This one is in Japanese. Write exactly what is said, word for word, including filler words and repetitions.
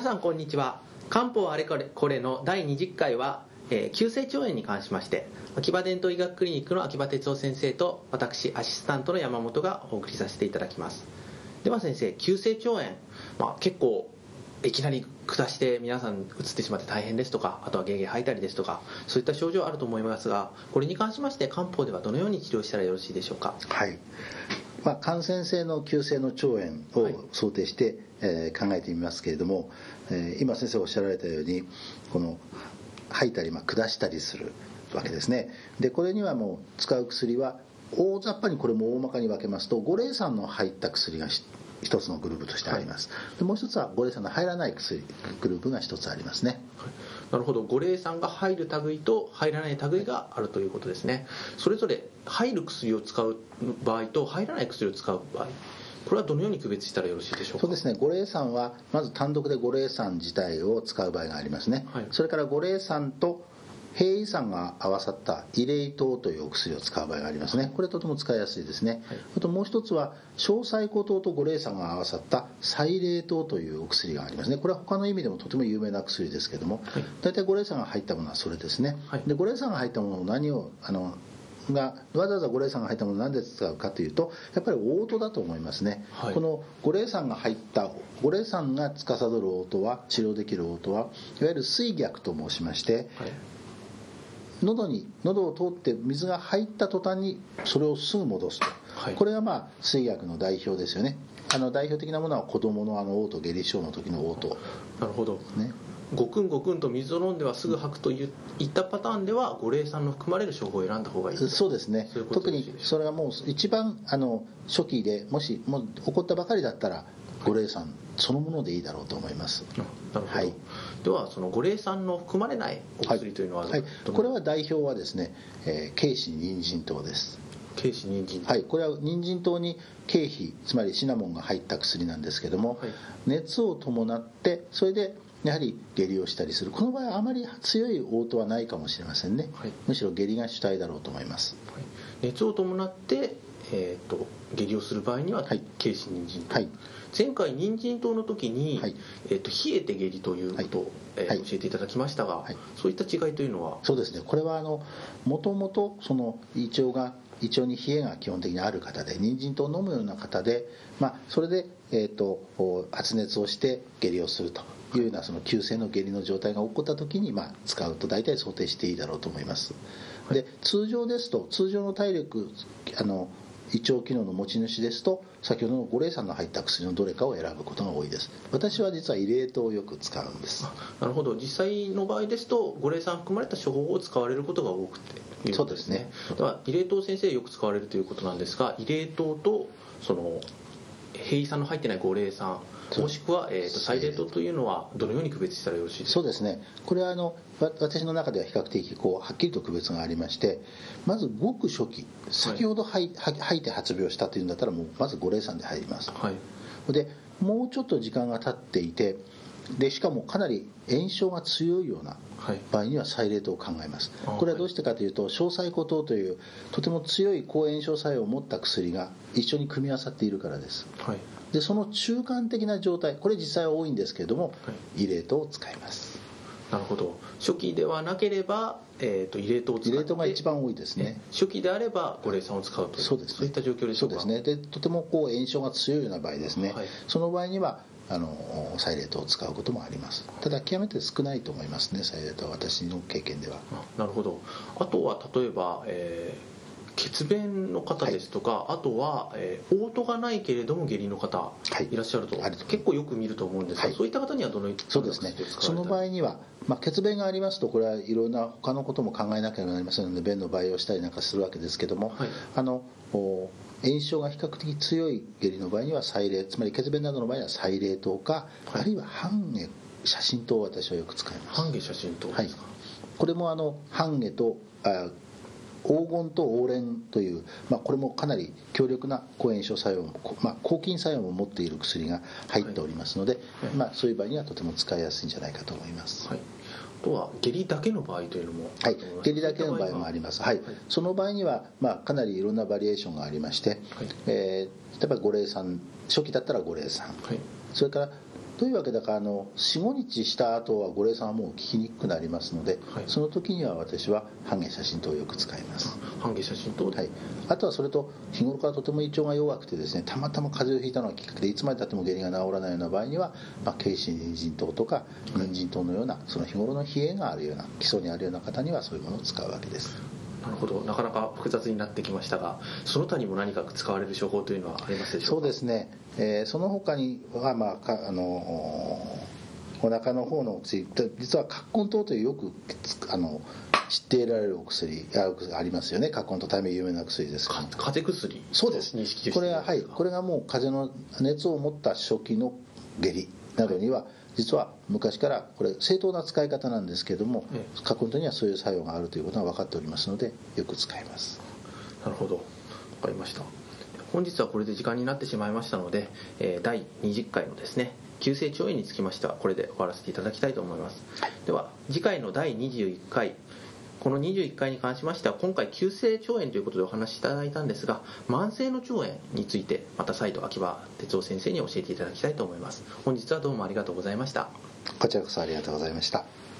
さんこんにちは。漢方あれこれこれのだいにじゅっかいは、えー、急性腸炎に関しまして秋葉伝統医学クリニックの秋葉哲夫先生と私アシスタントの山本がお送りさせていただきます。では先生、急性腸炎、まあ、結構いきなり下して皆さん移ってしまって大変ですとか、あとはゲーゲー吐いたりですとか、そういった症状あると思いますが、これに関しまして漢方ではどのように治療したらよろしいでしょうか。 はい、まあ、感染性の急性の腸炎を想定して、はいえー、考えてみますけれども、えー、今先生おっしゃられたようにこの吐いたり、まあ、下したりするわけですね。でこれにはもう使う薬は大雑把にこれも大まかに分けますと、五苓散の入った薬が一つのグループとしてあります、はい、でもう一つは五苓散の入らない薬グループが一つありますね、 はい、なるほど。五苓散が入る類と入らない類があるということですね。それぞれ入る薬を使う場合と入らない薬を使う場合、これはどのように区別したらよろしいでしょうか。 そうですね、五苓散はまず単独で五苓散自体を使う場合がありますね、はい、それから五苓散と平胃散が合わさったイレイ糖というお薬を使う場合がありますね。これとても使いやすいですね、はい、あともう一つは小細胞糖と五苓散が合わさったサイレイ糖というお薬がありますね。これは他の意味でもとても有名な薬ですけども、はい、大体五苓散が入ったものはそれですね、はい、で五苓散が入ったものを何をあのがわざわざ五苓散が入ったものを何で使うかというと、やっぱり嘔吐だと思いますね、はい、この五苓散が入った五苓散が司る嘔吐は、治療できる嘔吐はいわゆる水逆と申しまして、はい、喉に喉を通って水が入った途端にそれをすぐ戻すと、はい、これがまあ水逆の代表ですよね。あの代表的なものは子どものあの嘔吐、下痢症の時の嘔吐。 なるほど、ね、ごくんごくんと水を飲んではすぐ吐くといったパターンでは五苓散の含まれる処方を選んだ方がいいと。 そうですね。うう特にそれはもう一番あの初期でもしもう起こったばかりだったら五苓散そのものでいいだろうと思います。 なるほど、はい、ではその五苓散の含まれないお薬というのは、 はいはい、これは代表はですね、えー、桂枝人参糖です。 桂枝人参糖、 はい、これは人参糖に桂皮、つまりシナモンが入った薬なんですけども、はい、熱を伴ってそれでやはり下痢をしたりする。この場合はあまり強い嘔吐はないかもしれませんね、はい、むしろ下痢が主体だろうと思います、 はい、熱を伴って、えー、と下痢をする場合には桂枝人参糖、はい、前回人参糖の時に、はいえー、と冷えて下痢ということを、はいえーはい、教えていただきましたが、はい、そういった違いというのは。 そうですね、これはあのもともとその胃腸が胃腸に冷えが基本的にある方で、人参糖を飲むような方で、まあ、それで、えー、と発熱をして下痢をするというようなその急性の下痢の状態が起こった時に、まあ、使うと大体想定していいだろうと思います。で通常ですと、通常の体力あの胃腸機能の持ち主ですと、先ほどの五苓散の入った薬のどれかを選ぶことが多いです。私は実はイレイ糖をよく使うんです。 なるほど。実際の場合ですと五苓散含まれた処方を使われることが多くてということですね。そうですね。ではイレイ糖先生よく使われるということなんですが、イレイ糖とその平胃酸の入ってない五苓散、もしくは、えー、とサイレイ糖というのはどのように区別したらよろしいですか。 そうですね、これはあの私の中では比較的こうはっきりと区別がありまして、まずごく初期、先ほど吐い、はい、吐いて発病したというんだったらもうまず五苓散で入ります、はい、でもうちょっと時間が経っていて、でしかもかなり炎症が強いような場合にはサイレイ糖を考えます、はい、これはどうしてかというと、小細胞糖というとても強い抗炎症作用を持った薬が一緒に組み合わさっているからです、はい、でその中間的な状態、これ実際は多いんですけれども、はい、イレイ糖を使います。 なるほど。初期ではなければ、えー、とイレイ糖を使って、 イレイ糖が一番多いですね。 初期であれば五苓散を使うという、そうですね、そういった状況でしょうか。 そうですね。でとてもこう炎症が強いような場合ですね、はい、その場合にはあのサイレイ糖を使うこともあります。ただ極めて少ないと思いますね、サイレイ糖は、私の経験では。 なるほど。あとは例えば、えー血便の方ですとか、はい、あとは、えー、嘔吐がないけれども下痢の方いらっしゃると、はい、結構よく見ると思うんですが、はい、そういった方にはどのようなそうですね、その場合には、まあ、血便がありますと、これはいろんな他のことも考えなければなりませんので、便の培養したりなんかするわけですけども、はい、あの炎症が比較的強い下痢の場合にはサイレイ、つまり血便などの場合にはサイレイ糖か、はい、あるいは半下写真糖を私はよく使います。 半下写真糖ですか。はい、 これもあの半下とあ黄金と黄連という、まあ、これもかなり強力な抗炎症作用も、まあ、抗菌作用も持っている薬が入っておりますので、はいはい、まあ、そういう場合にはとても使いやすいんじゃないかと思います、 はい、あとは下痢だけの場合というのもはい、下痢だけの場合もあります、はいはい、その場合には、まあ、かなりいろんなバリエーションがありまして、はい、えー、例えば五苓散、初期だったら五苓散、はい、それからというわけだからあのよん、ごにちした後は五苓散はもう効きにくくなりますので、はい、その時には私は半夏写真糖をよく使います。 半夏写真糖、 はい、あとはそれと日頃からとても胃腸が弱くてですね、たまたま風邪をひいたのがきっかけでいつまでたっても下痢が治らないような場合には、まあ、桂枝人参糖とか人参糖のようなその日頃の冷えがあるような基礎にあるような方にはそういうものを使うわけです。 なるほど、なかなか複雑になってきましたが、その他にも何か使われる処方というのはありますでしょうか。 そうですね、えー、その他には、まあ、かあのお腹の方の薬、実は葛根湯というよくあの知っていられるお薬ありますよね。葛根湯、大変有名な薬ですから。 風邪薬。 そうです。これが、はい、これがもう風邪の熱を持った初期の下痢などには、はい、実は昔からこれ正当な使い方なんですけれども、葛根湯にはそういう作用があるということが分かっておりますのでよく使います。 なるほど、分かりました。本日はこれで時間になってしまいましたので、えー、だいにじゅっかいのですね急性腸炎につきましてはこれで終わらせていただきたいと思います。では次回のだいにじゅういっかい、このにじゅういっかいに関しましては今回急性腸炎ということでお話しいただいたんですが、慢性の腸炎についてまた再度秋葉哲夫先生に教えていただきたいと思います。本日はどうもありがとうございました。 こちらこそありがとうございました。